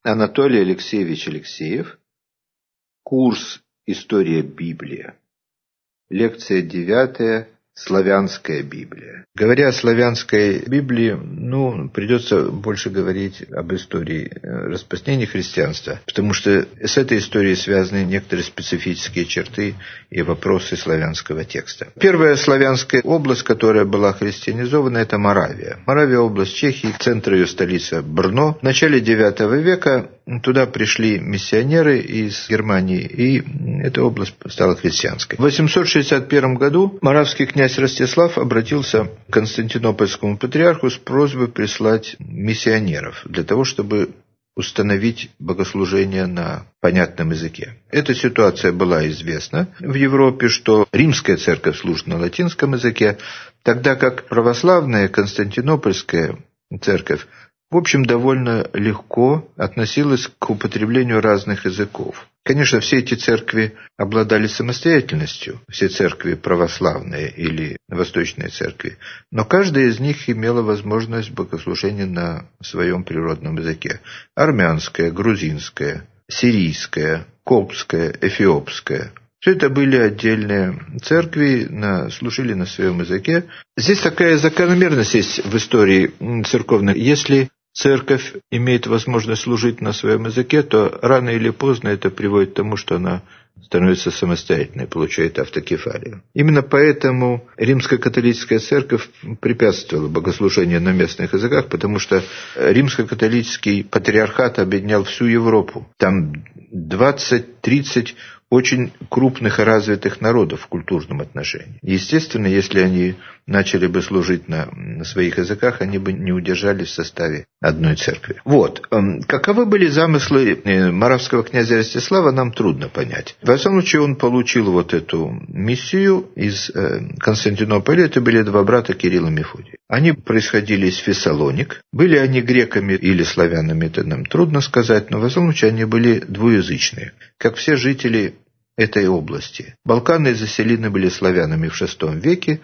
Анатолий Алексеевич Алексеев. Курс «История Библии». Лекция 9. Славянская Библия. Говоря о славянской Библии, придется больше говорить об истории распространения христианства, потому что с этой историей связаны некоторые специфические черты и вопросы славянского текста. Первая славянская область, которая была христианизована, это Моравия. Моравия – область Чехии, центр ее столица Брно. В начале IX века туда пришли миссионеры из Германии, и эта область стала христианской. В 861 году моравский князь Ростислав обратился к константинопольскому патриарху с просьбой прислать миссионеров для того, чтобы установить богослужение на понятном языке. Эта ситуация была известна в Европе, что римская церковь служит на латинском языке, тогда как православная константинопольская церковь в общем, довольно легко относилась к употреблению разных языков. Конечно, все эти церкви обладали самостоятельностью, все церкви православные или восточные церкви, но каждая из них имела возможность богослужения на своем природном языке. Армянская, грузинская, сирийская, коптская, эфиопская. Все это были отдельные церкви, служили на своем языке. Здесь такая закономерность есть в истории церковной. Если церковь имеет возможность служить на своем языке, то рано или поздно это приводит к тому, что она становится самостоятельной, получает автокефалию. Именно поэтому римско-католическая церковь препятствовала богослужению на местных языках, потому что римско-католический патриархат объединял всю Европу. Там 20-30 очень крупных и развитых народов в культурном отношении. Естественно, если они начали бы служить на своих языках, они бы не удержались в составе одной церкви. Каковы были замыслы моравского князя Ростислава, нам трудно понять. Во всяком случае, он получил эту миссию из Константинополя. Это были два брата Кирилл и Мефодий. Они происходили из Фессалоник. Были они греками или славянами, это нам трудно сказать, но во всяком случае они были двуязычные, как все жители этой области. Балканы заселены были славянами в VI веке,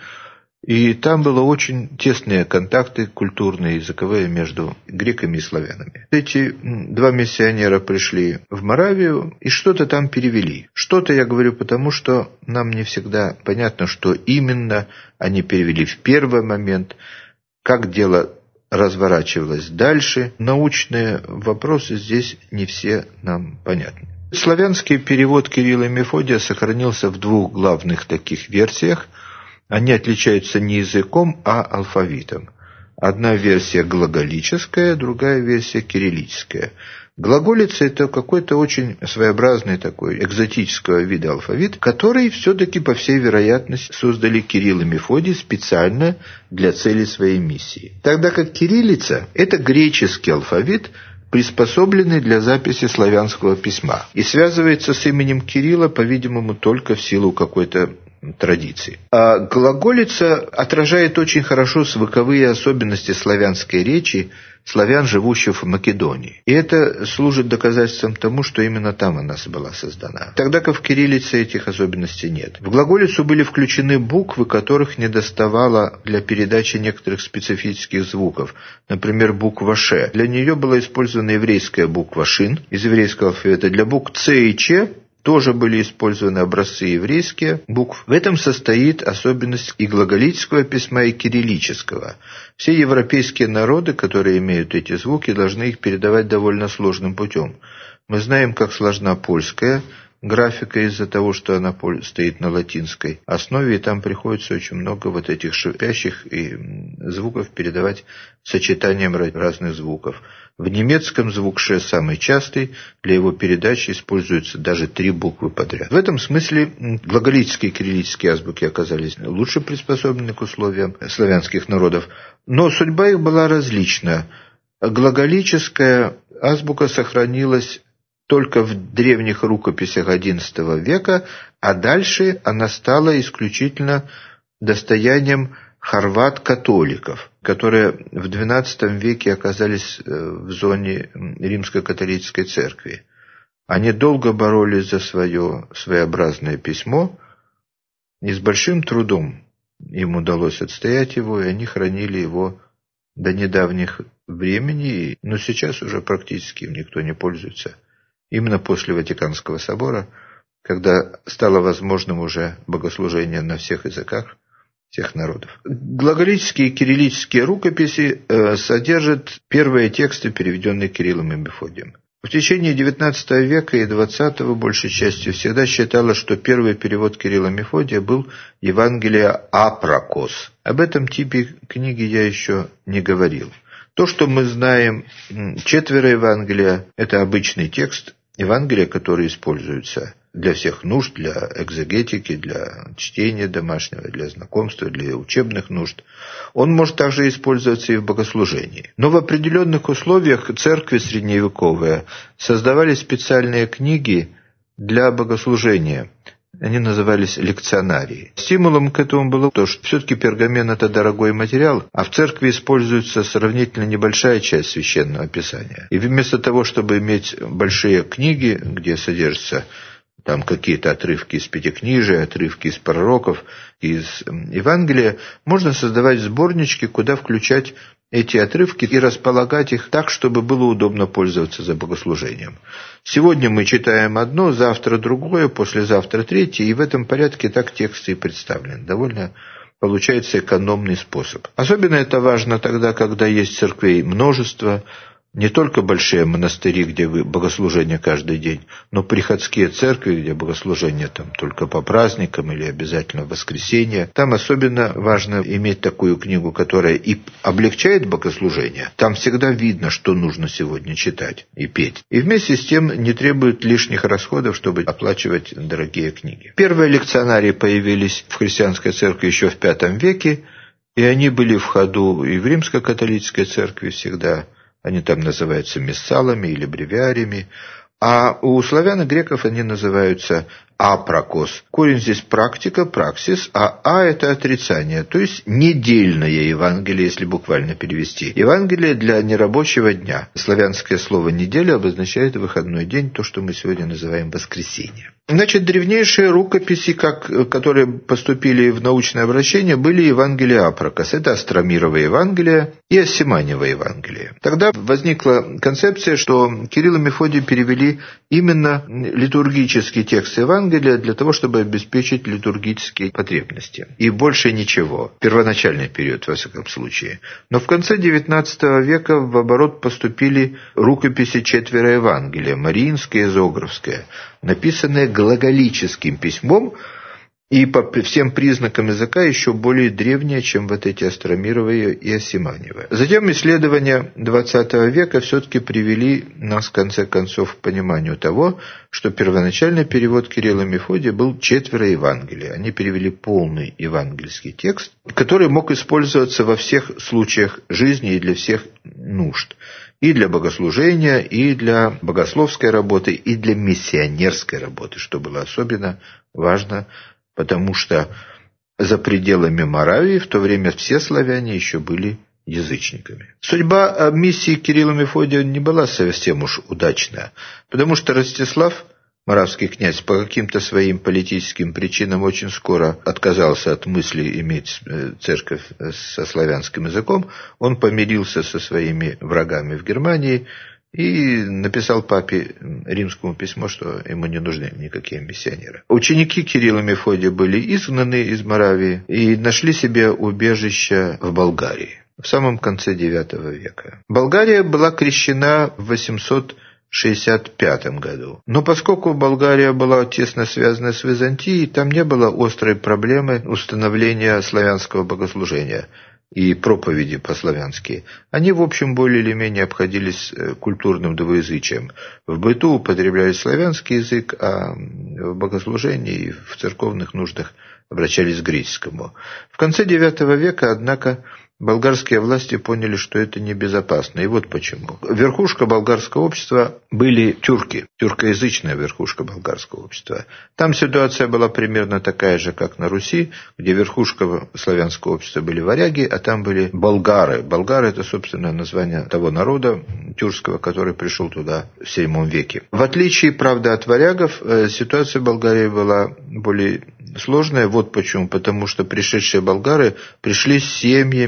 и там было очень тесные контакты культурные, языковые между греками и славянами. Эти два миссионера пришли в Моравию и что-то там перевели. Что-то я говорю потому, что нам не всегда понятно, что именно они перевели в первый момент, как дело разворачивалось дальше. Научные вопросы здесь не все нам понятны. Славянский перевод Кирилла и Мефодия сохранился в двух главных таких версиях. Они отличаются не языком, а алфавитом. Одна версия глаголическая, другая версия кириллическая. Глаголица – это какой-то очень своеобразный такой экзотического вида алфавит, который все-таки, по всей вероятности, создали Кирилл и Мефодий специально для цели своей миссии. Тогда как кириллица – это греческий алфавит, приспособленный для записи славянского письма, и связывается с именем Кирилла, по-видимому, только в силу какой-то традиции. А глаголица отражает очень хорошо звуковые особенности славянской речи славян, живущих в Македонии. И это служит доказательством тому, что именно там она была создана. Тогда как в кириллице этих особенностей нет. В глаголицу были включены буквы, которых недоставало для передачи некоторых специфических звуков. Например, буква «Ш». Для нее была использована еврейская буква «Шин» из еврейского алфавита. Для букв «Ц» и «Ч» тоже были использованы образцы еврейские букв. В этом состоит особенность и глаголического письма, и кириллического. Все европейские народы, которые имеют эти звуки, должны их передавать довольно сложным путем. Мы знаем, как сложна польская графика из-за того, что она стоит на латинской основе, и там приходится очень много этих шипящих и звуков передавать сочетанием разных звуков. В немецком звук «ш» самый частый, для его передачи используются даже 3 буквы подряд. В этом смысле глаголические и кириллические азбуки оказались лучше приспособлены к условиям славянских народов, но судьба их была различна. Глаголическая азбука сохранилась только в древних рукописях XI века, а дальше она стала исключительно достоянием хорват-католиков, которые в XII веке оказались в зоне римско-католической церкви. Они долго боролись за свое своеобразное письмо, и с большим трудом им удалось отстоять его, и они хранили его до недавних времени, но сейчас уже практически им никто не пользуется. Именно после Ватиканского собора, когда стало возможным уже богослужение на всех языках всех народов. Глаголические и кириллические рукописи содержат первые тексты, переведенные Кириллом и Мефодием. В течение XIX века и XX большей частью всегда считалось, что первый перевод Кирилла и Мефодия был Евангелие Апракос. Об этом типе книги я еще не говорил. То, что мы знаем, 4 Евангелия – это обычный текст Евангелия, который используется для всех нужд, для экзегетики, для чтения домашнего, для знакомства, для учебных нужд. Он может также использоваться и в богослужении. Но в определенных условиях церкви средневековые создавали специальные книги для богослужения. Они назывались лекционарии. Стимулом к этому было то, что все-таки пергамент – это дорогой материал, а в церкви используется сравнительно небольшая часть священного писания. И вместо того, чтобы иметь большие книги, где содержатся там какие-то отрывки из Пятикнижия, отрывки из пророков, из Евангелия, можно создавать сборнички, куда включать эти отрывки и располагать их так, чтобы было удобно пользоваться за богослужением. Сегодня мы читаем одно, завтра другое, послезавтра третье, и в этом порядке так тексты и представлены. Довольно получается экономный способ. Особенно это важно тогда, когда есть церквей множество, не только большие монастыри, где богослужение каждый день, но приходские церкви, где богослужение там только по праздникам или обязательно в воскресенье. Там особенно важно иметь такую книгу, которая и облегчает богослужение. Там всегда видно, что нужно сегодня читать и петь. И вместе с тем не требует лишних расходов, чтобы оплачивать дорогие книги. Первые лекционарии появились в христианской церкви еще в V веке, и они были в ходу и в римско-католической церкви всегда. Они там называются миссалами или бревиариями. А у славян и греков они называются апракос. Корень здесь практика, праксис, а это отрицание, то есть недельное Евангелие, если буквально перевести. Евангелие для нерабочего дня. Славянское слово «неделя» обозначает выходной день, то, что мы сегодня называем воскресенье. Значит, древнейшие рукописи, которые поступили в научное обращение, были Евангелия Апракос. Это Остромирово Евангелие и Осиманево Евангелие. Тогда возникла концепция, что Кирилл и Мефодий перевели именно литургический текст Евангелия для того, чтобы обеспечить литургические потребности. И больше ничего. Первоначальный период, во всяком случае. Но в конце XIX века в оборот поступили рукописи 4 Евангелия, Мариинское и Зографское, написанные глаголическим письмом и по всем признакам языка еще более древние, чем вот эти Остромировые и Осиманевы. Затем исследования XX века все-таки привели нас, в конце концов, к пониманию того, что первоначальный перевод Кирилла и Мефодия был 4 Евангелия. Они перевели полный евангельский текст, который мог использоваться во всех случаях жизни и для всех нужд. И для богослужения, и для богословской работы, и для миссионерской работы, что было особенно важно, потому что за пределами Моравии в то время все славяне еще были язычниками. Судьба миссии Кирилла и Мефодия не была совсем уж удачная, потому что Ростислав, моравский князь, по каким-то своим политическим причинам очень скоро отказался от мысли иметь церковь со славянским языком. Он помирился со своими врагами в Германии и написал папе римскому письмо, что ему не нужны никакие миссионеры. Ученики Кирилла и Мефодия были изгнаны из Моравии и нашли себе убежище в Болгарии в самом конце IX века. Болгария была крещена в 865 году. Но поскольку Болгария была тесно связана с Византией, там не было острой проблемы установления славянского богослужения и проповеди по-славянски. Они, в общем, более или менее обходились культурным двуязычием. В быту употребляли славянский язык, а в богослужении и в церковных нуждах обращались к греческому. В конце IX века, однако, болгарские власти поняли, что это небезопасно. И вот почему. Верхушка болгарского общества были тюрки, тюркоязычная верхушка болгарского общества. Там ситуация была примерно такая же, как на Руси, где верхушка славянского общества были варяги, а там были болгары. Болгары – это, собственно, название того народа тюркского, который пришел туда в VII веке. В отличие, правда, от варягов, ситуация в Болгарии была более сложная. Вот почему. Потому что пришедшие болгары пришли с семьями,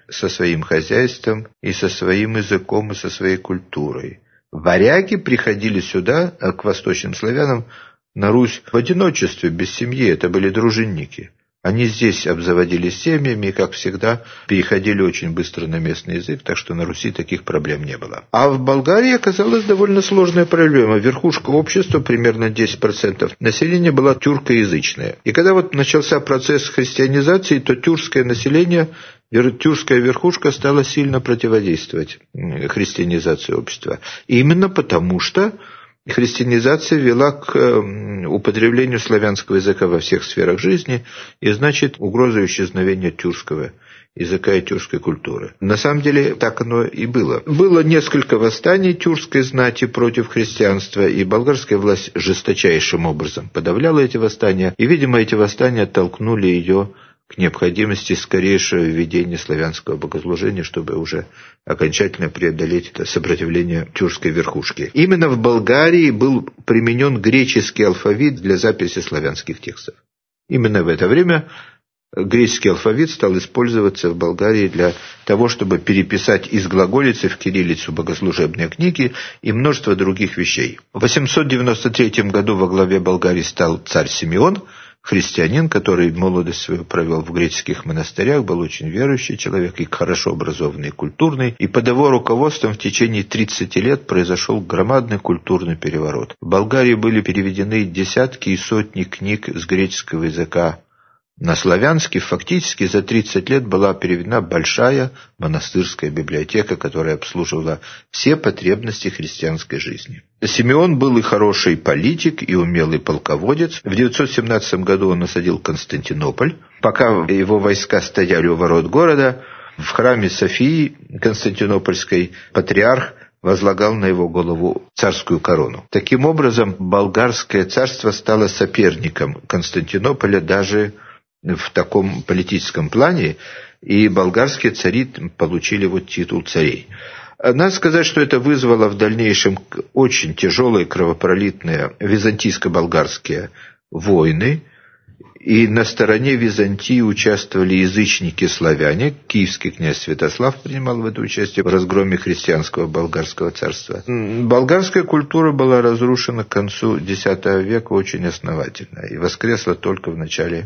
со своим хозяйством, и со своим языком, и со своей культурой. Варяги приходили сюда, к восточным славянам, на Русь в одиночестве, без семьи. Это были дружинники. Они здесь обзаводились семьями и, как всегда, переходили очень быстро на местный язык, так что на Руси таких проблем не было. А в Болгарии оказалась довольно сложная проблема. Верхушка общества, примерно 10% населения, была тюркоязычная. И когда вот начался процесс христианизации, то тюркское население, тюркская верхушка стала сильно противодействовать христианизации общества. И именно потому, что христианизация вела к употреблению славянского языка во всех сферах жизни, и значит угрозу исчезновения тюркского языка и тюркской культуры. На самом деле так оно и было. Было несколько восстаний тюркской знати против христианства, и болгарская власть жесточайшим образом подавляла эти восстания, и, видимо, эти восстания оттолкнули ее к необходимости скорейшего введения славянского богослужения, чтобы уже окончательно преодолеть сопротивление тюркской верхушки. Именно в Болгарии был применен греческий алфавит для записи славянских текстов. Именно в это время греческий алфавит стал использоваться в Болгарии для того, чтобы переписать из глаголицы в кириллицу богослужебные книги и множество других вещей. В 893 году во главе Болгарии стал царь Симеон, христианин, который молодость свою провел в греческих монастырях, был очень верующий человек и хорошо образованный, и культурный, и под его руководством в течение 30 лет произошел громадный культурный переворот. В Болгарии были переведены десятки и сотни книг с греческого языка на славянский. Фактически за 30 лет была переведена большая монастырская библиотека, которая обслуживала все потребности христианской жизни. Симеон был и хороший политик, и умелый полководец. В 917 году он осадил Константинополь. Пока его войска стояли у ворот города, в храме Софии константинопольской патриарх возлагал на его голову царскую корону. Таким образом, болгарское царство стало соперником Константинополя даже в таком политическом плане, и болгарские цари получили вот титул царей. Надо сказать, что это вызвало в дальнейшем очень тяжелые кровопролитные византийско-болгарские войны, и на стороне Византии участвовали язычники-славяне. Киевский князь Святослав принимал в этом участие в разгроме христианского болгарского царства. Болгарская культура была разрушена к концу X века очень основательно и воскресла только в начале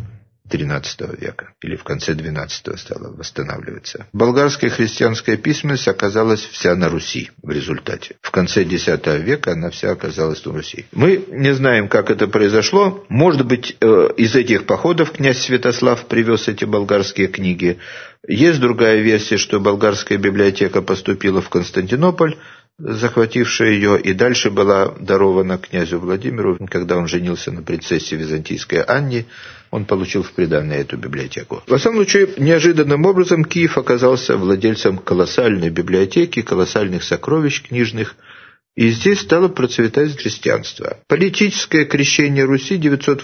XIII века, или в конце XII стала восстанавливаться. Болгарская христианская письменность оказалась вся на Руси в результате. В конце X века она вся оказалась на Руси. Мы не знаем, как это произошло. Может быть, из этих походов князь Святослав привез эти болгарские книги. Есть другая версия, что болгарская библиотека поступила в Константинополь, захватившая ее, и дальше была дарована князю Владимиру. Когда он женился на принцессе византийской Анне, он получил в приданое эту библиотеку. Во всяком случае, неожиданным образом Киев оказался владельцем колоссальной библиотеки, колоссальных сокровищ книжных, и здесь стало процветать христианство. Политическое крещение Руси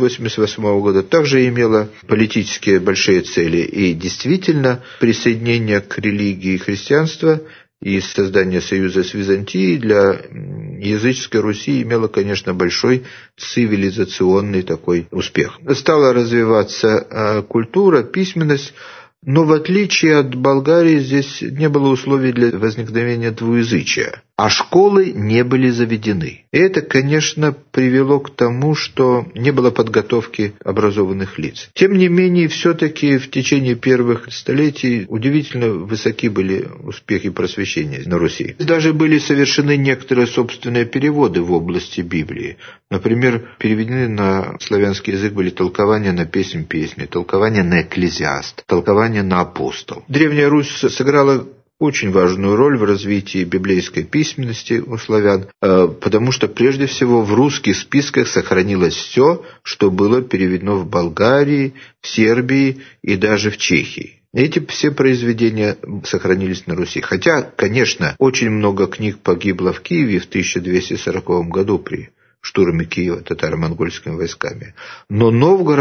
988 года также имело политические большие цели, и действительно присоединение к религии христианства и создание союза с Византией для языческой Руси имело, конечно, большой цивилизационный такой успех. Стала развиваться культура, письменность, но в отличие от Болгарии здесь не было условий для возникновения двуязычия, а школы не были заведены. И это, конечно, привело к тому, что не было подготовки образованных лиц. Тем не менее, все-таки в течение первых столетий удивительно высоки были успехи просвещения на Руси. Даже были совершены некоторые собственные переводы в области Библии. Например, переведены на славянский язык были толкования на песнь песни, толкования на экклезиаст, толкования на апостол. Древняя Русь сыграла очень важную роль в развитии библейской письменности у славян, потому что прежде всего в русских списках сохранилось все, что было переведено в Болгарии, в Сербии и даже в Чехии. Эти все произведения сохранились на Руси. Хотя, конечно, очень много книг погибло в Киеве в 1240 году при штурме Киева татаро-монгольскими войсками. Но Новгород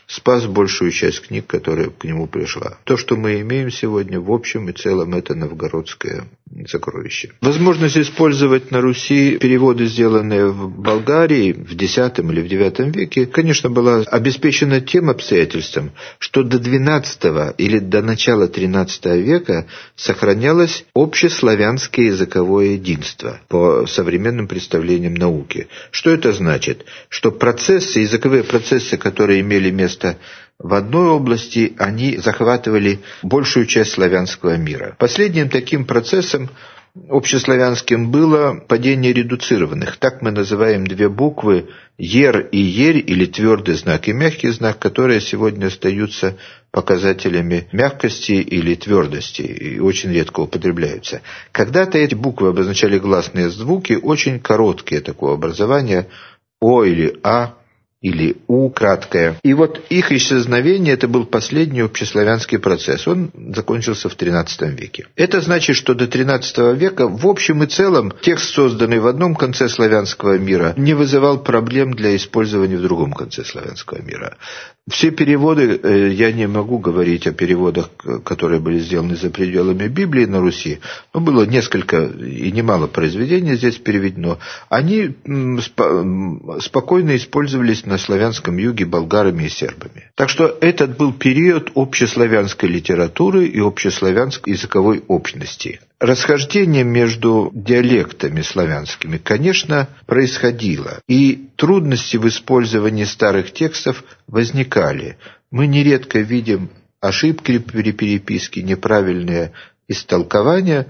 спас большую часть книг, которая к нему пришла. То, что мы имеем сегодня, в общем и целом, это новгородское сокровище. Возможность использовать на Руси переводы, сделанные в Болгарии в X или в IX веке, конечно, была обеспечена тем обстоятельством, что до XII или до начала XIII века сохранялось общеславянское языковое единство по современным представлениям науки. Что это значит? Что языковые процессы, которые имели место в одной области, они захватывали большую часть славянского мира. Последним таким процессом общеславянским было падение редуцированных. Так мы называем две буквы «ер» и «ерь», или твердый знак и мягкий знак, которые сегодня остаются показателями мягкости или твердости и очень редко употребляются. Когда-то эти буквы обозначали гласные звуки, очень короткие такого образования, «о» или «а», или «у» краткое. И вот их исчезновение – это был последний общеславянский процесс. Он закончился в XIII веке. Это значит, что до XIII века в общем и целом текст, созданный в одном конце славянского мира, не вызывал проблем для использования в другом конце славянского мира. Все переводы, я не могу говорить о переводах, которые были сделаны за пределами Библии на Руси, но было несколько и немало произведений здесь переведено. Они спокойно использовались на славянском юге болгарами и сербами. Так что этот был период общеславянской литературы и общеславянской языковой общности. Расхождение между диалектами славянскими, конечно, происходило, и трудности в использовании старых текстов возникали. Мы нередко видим ошибки при переписке, неправильные истолкования,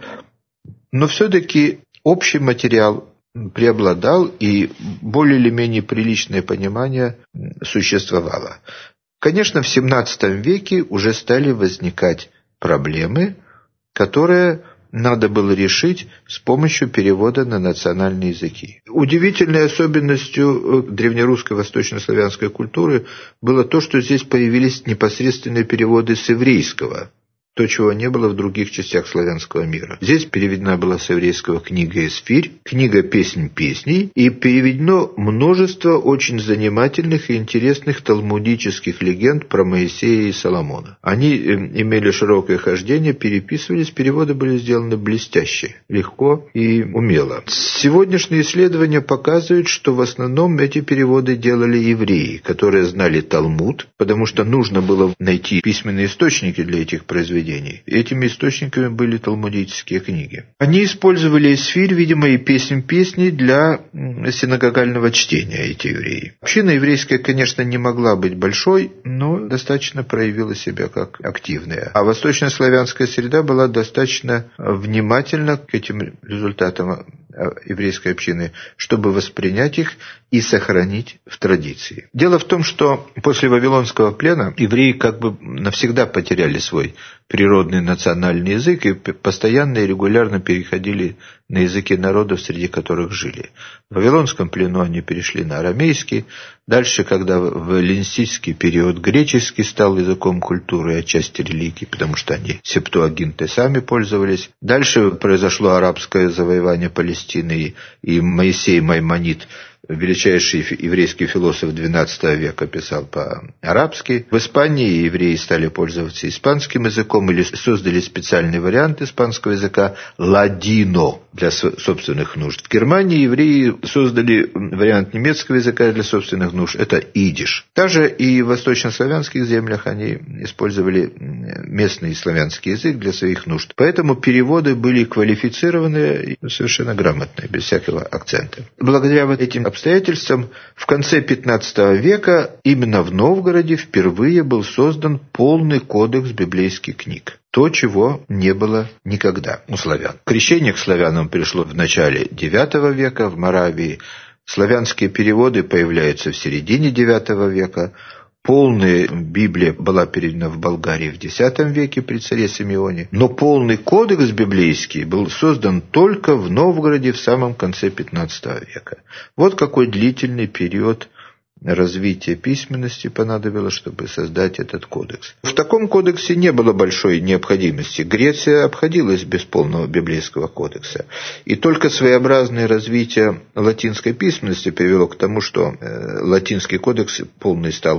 но все-таки общий материал преобладал, и более или менее приличное понимание существовало. Конечно, в XVII веке уже стали возникать проблемы, которые надо было решить с помощью перевода на национальные языки. Удивительной особенностью древнерусской восточнославянской культуры было то, что здесь появились непосредственные переводы с еврейского, то, чего не было в других частях славянского мира. Здесь переведена была с еврейского книга «Эсфирь», книга «Песнь песней», и переведено множество очень занимательных и интересных талмудических легенд про Моисея и Соломона. Они имели широкое хождение, переписывались, переводы были сделаны блестяще, легко и умело. Сегодняшние исследования показывают, что в основном эти переводы делали евреи, которые знали Талмуд, потому что нужно было найти письменные источники для этих произведений. Этими источниками были талмудические книги. Они использовали эсфирь, видимо, и песнь песней для синагогального чтения, эти евреи. Община еврейская, конечно, не могла быть большой, но достаточно проявила себя как активная. А восточнославянская среда была достаточно внимательна к этим результатам еврейской общины, чтобы воспринять их и сохранить в традиции. Дело в том, что после Вавилонского плена евреи как бы навсегда потеряли свой природный национальный язык и постоянно и регулярно переходили на языки народов, среди которых жили. В Вавилонском плену они перешли на арамейский. Дальше, когда в эллинистический период греческий стал языком культуры и отчасти религии, потому что они септуагинтой сами пользовались. Дальше произошло арабское завоевание Палестины, и Моисей Маймонид, величайший еврейский философ XII века, писал по-арабски. В Испании евреи стали пользоваться испанским языком или создали специальный вариант испанского языка «ладино» для собственных нужд. В Германии евреи создали вариант немецкого языка для собственных нужд. Это идиш. Также и в восточнославянских землях они использовали местный славянский язык для своих нужд. Поэтому переводы были квалифицированные и совершенно грамотные, без всякого акцента. Благодаря вот этим обстоятельствам в конце XV века именно в Новгороде впервые был создан полный кодекс библейских книг. То, чего не было никогда у славян. Крещение к славянам пришло в начале IX века в Моравии. Славянские переводы появляются в середине IX века. Полная Библия была переведена в Болгарии в X веке при царе Симеоне. Но полный кодекс библейский был создан только в Новгороде в самом конце XV века. Вот какой длительный период развития письменности понадобилось, чтобы создать этот кодекс. В таком кодексе не было большой необходимости. Греция обходилась без полного библейского кодекса. И только своеобразное развитие латинской письменности привело к тому, что латинский кодекс полный стал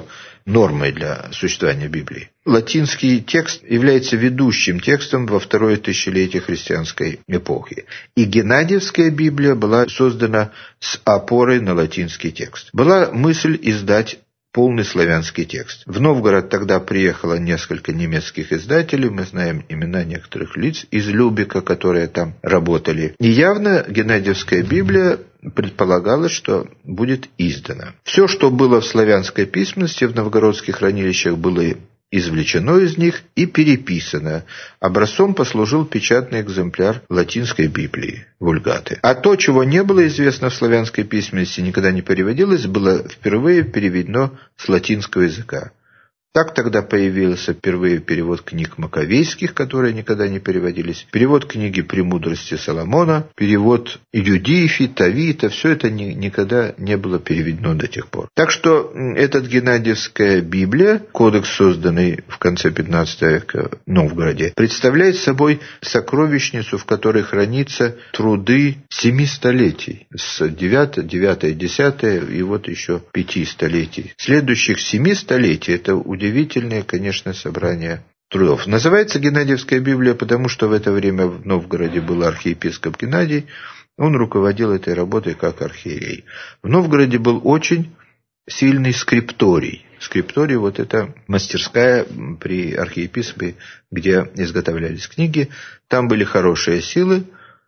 нормой для существования Библии. Латинский текст является ведущим текстом во второе тысячелетие христианской эпохи. И Геннадиевская Библия была создана с опорой на латинский текст. Была мысль издать полный славянский текст. В Новгород тогда приехало несколько немецких издателей, мы знаем имена некоторых лиц из Любека, которые там работали. И явно Геннадиевская Библия предполагалось, что будет издана. Все, что было в славянской письменности, в новгородских хранилищах, было извлечено из них и переписано. Образцом послужил печатный экземпляр латинской Библии, Вульгаты. А то, чего не было известно в славянской письменности, никогда не переводилось, было впервые переведено с латинского языка. Так тогда появился впервые перевод книг маковейских, которые никогда не переводились, перевод книги «Премудрости Соломона», перевод Юдифи, Тавита, все это никогда не было переведено до тех пор. Так что эта Геннадиевская Библия, кодекс, созданный в конце XV века в Новгороде, представляет собой сокровищницу, в которой хранятся труды 7 столетий, с 9, 10 и вот еще 5 столетий. Следующих 7 столетий это удивительное, конечно, собрание трудов. Называется Геннадиевская Библия, потому что в это время в Новгороде был архиепископ Геннадий. Он руководил этой работой как архиерей. В Новгороде был очень сильный скрипторий. Скрипторий – вот это мастерская при архиепископе, где изготовлялись книги. Там были хорошие силы,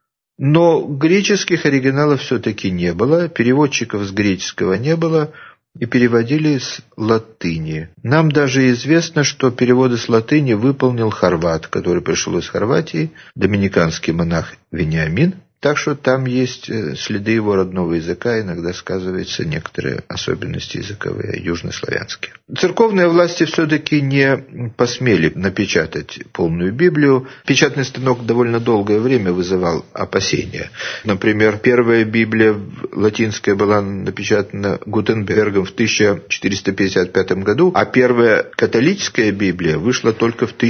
но греческих оригиналов все-таки не было, переводчиков с греческого не было, и переводили с латыни. Нам даже известно, что переводы с латыни выполнил хорват, который пришел из Хорватии, доминиканский монах Вениамин. Так что там есть следы его родного языка, иногда сказываются некоторые особенности языковые, южнославянские. Церковные власти все-таки не посмели напечатать полную Библию. Печатный станок довольно долгое время вызывал опасения. Например, первая Библия латинская была напечатана Гутенбергом в 1455 году, а первая католическая Библия вышла только в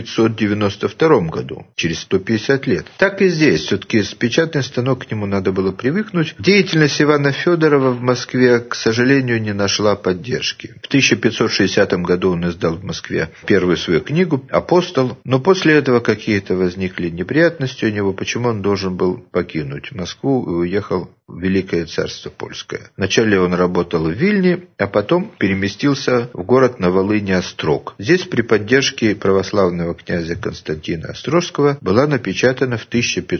1592 году, через 150 лет. Так и здесь, все-таки с печатным станок, к нему надо было привыкнуть. Деятельность Ивана Федорова в Москве, к сожалению, не нашла поддержки. В 1560 году он издал в Москве первую свою книгу «Апостол», но после этого какие-то возникли неприятности у него, почему он должен был покинуть Москву и уехал в Великое Царство Польское. Вначале он работал в Вильне, а потом переместился в город на Волыни Острог. Здесь при поддержке православного князя Константина Острожского была напечатана в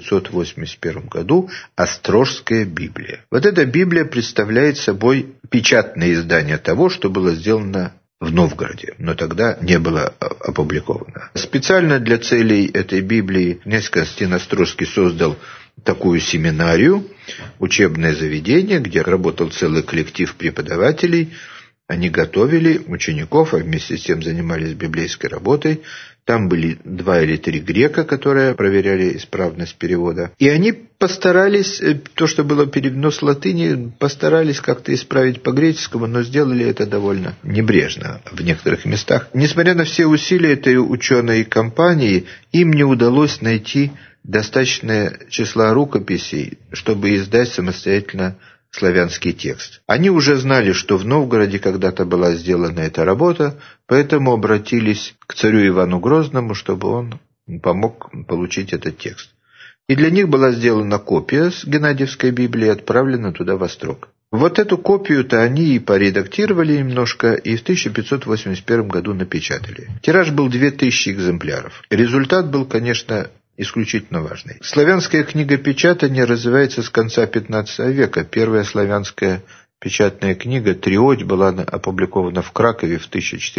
1581 году Острожская Библия. Вот эта Библия представляет собой печатное издание того, что было сделано в Новгороде, но тогда не было опубликовано. Специально для целей этой Библии князь Константин Острожский создал такую семинарию, учебное заведение, где работал целый коллектив преподавателей. Они готовили учеников, а вместе с тем занимались библейской работой. Там были 2 или 3 грека, которые проверяли исправность перевода. И они постарались, то, что было переведено с латыни, постарались как-то исправить по-греческому, но сделали это довольно небрежно в некоторых местах. Несмотря на все усилия этой ученой компании, им не удалось найти достаточное число рукописей, чтобы издать самостоятельно славянский текст. Они уже знали, что в Новгороде когда-то была сделана эта работа, поэтому обратились к царю Ивану Грозному, чтобы он помог получить этот текст. И для них была сделана копия с Геннадиевской Библии и отправлена туда в Острог. Вот эту копию-то они и поредактировали немножко, и в 1581 году напечатали. Тираж был 2000 экземпляров. Результат был, конечно, исключительно важный. Славянское книгопечатание развивается с конца XV века. Первая славянская печатная книга «Триодь» была опубликована в Кракове в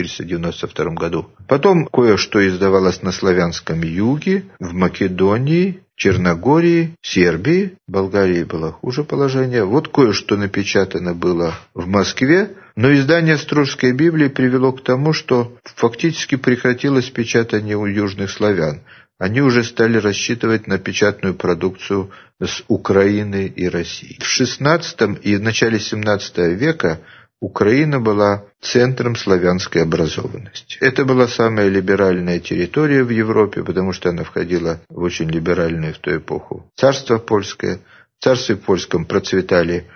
1492 году. Потом кое-что издавалось на славянском юге, в Македонии, Черногории, Сербии. В Болгарии было хуже положение. Вот кое-что напечатано было в Москве. Но издание Острожской Библии привело к тому, что фактически прекратилось печатание у южных славян. Они уже стали рассчитывать на печатную продукцию с Украины и России. В XVI и в начале XVII века Украина была центром славянской образованности. Это была самая либеральная территория в Европе, потому что она входила в очень либеральное в ту эпоху царство польское. В царстве польском процветали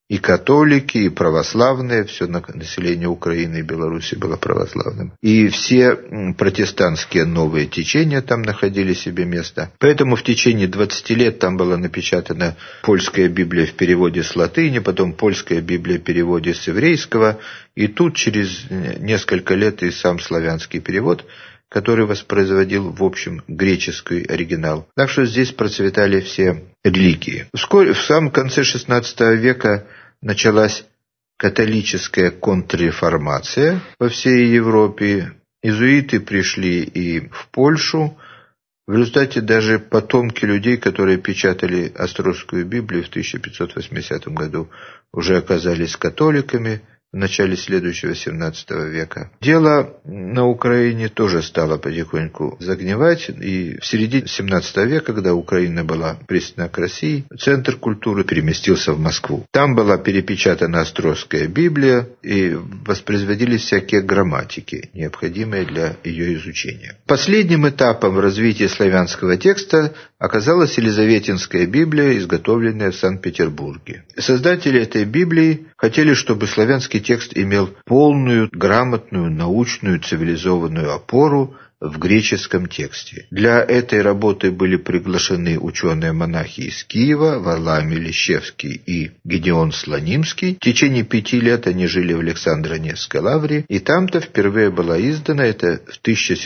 и католики, и православные, все население Украины и Беларуси было православным. И все протестантские новые течения там находили себе место. Поэтому в течение 20 лет там была напечатана польская Библия в переводе с латыни, потом польская Библия в переводе с еврейского, и тут через несколько лет и сам славянский перевод, который воспроизводил, в общем, греческий оригинал. Так что здесь процветали все религии. Вскоре, в самом конце XVI века, началась католическая контрреформация по всей Европе. Иезуиты пришли и в Польшу. В результате даже потомки людей, которые печатали Острожскую Библию в 1580 году, уже оказались католиками в начале следующего XVII века. Дело на Украине тоже стало потихоньку загнивать, и в середине XVII века, когда Украина была присоединена к России, центр культуры переместился в Москву. Там была перепечатана Острожская Библия, и воспроизводились всякие грамматики, необходимые для ее изучения. Последним этапом развития славянского текста оказалась Елизаветинская Библия, изготовленная в Санкт-Петербурге. Создатели этой Библии хотели, чтобы славянский текст имел полную, грамотную, научную, цивилизованную опору в греческом тексте. Для этой работы были приглашены ученые-монахи из Киева, Варлаамий Лещевский и Гедеон Слонимский. В течение 5 лет они жили в Александро-Невской лавре, и там-то впервые была издана, это в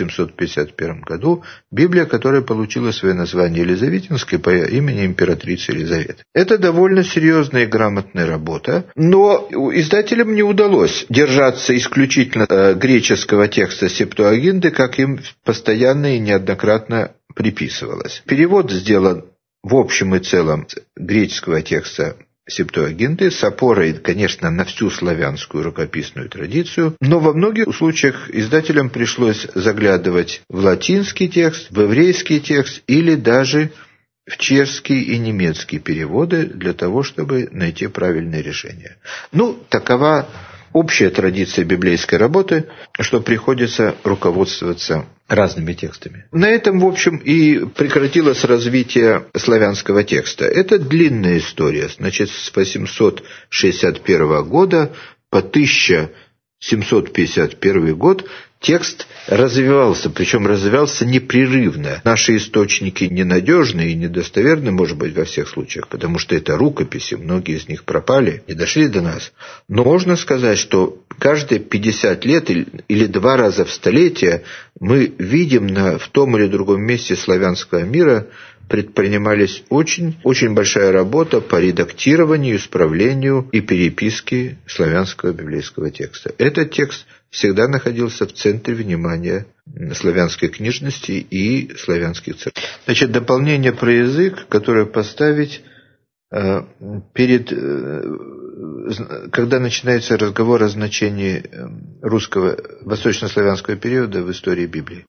1751 году, Библия, которая получила свое название Елизаветинской по имени императрицы Елизаветы. Это довольно серьезная и грамотная работа, но издателям не удалось держаться исключительно греческого текста Септуагинты, как им постоянно и неоднократно приписывалось. Перевод сделан в общем и целом греческого текста Септуагинты с опорой, конечно, на всю славянскую рукописную традицию, но во многих случаях издателям пришлось заглядывать в латинский текст, в еврейский текст или даже в чешский и немецкий переводы для того, чтобы найти правильное решение. Такова общая традиция библейской работы, что приходится руководствоваться разными текстами. На этом, в общем, и прекратилось развитие славянского текста. Это длинная история. Значит, с 861 года по 1751 год текст развивался, причем развивался непрерывно. Наши источники ненадежны и недостоверны, может быть, во всех случаях, потому что это рукописи, многие из них пропали, не дошли до нас. Но можно сказать, что каждые 50 лет или 2 раза в столетие мы видим в том или другом месте славянского мира предпринимались очень большая работа по редактированию, исправлению и переписке славянского библейского текста. Этот текст всегда находился в центре внимания славянской книжности и славянских церквей. Значит, дополнение про язык, которое поставить когда начинается разговор о значении русского восточнославянского периода в истории Библии.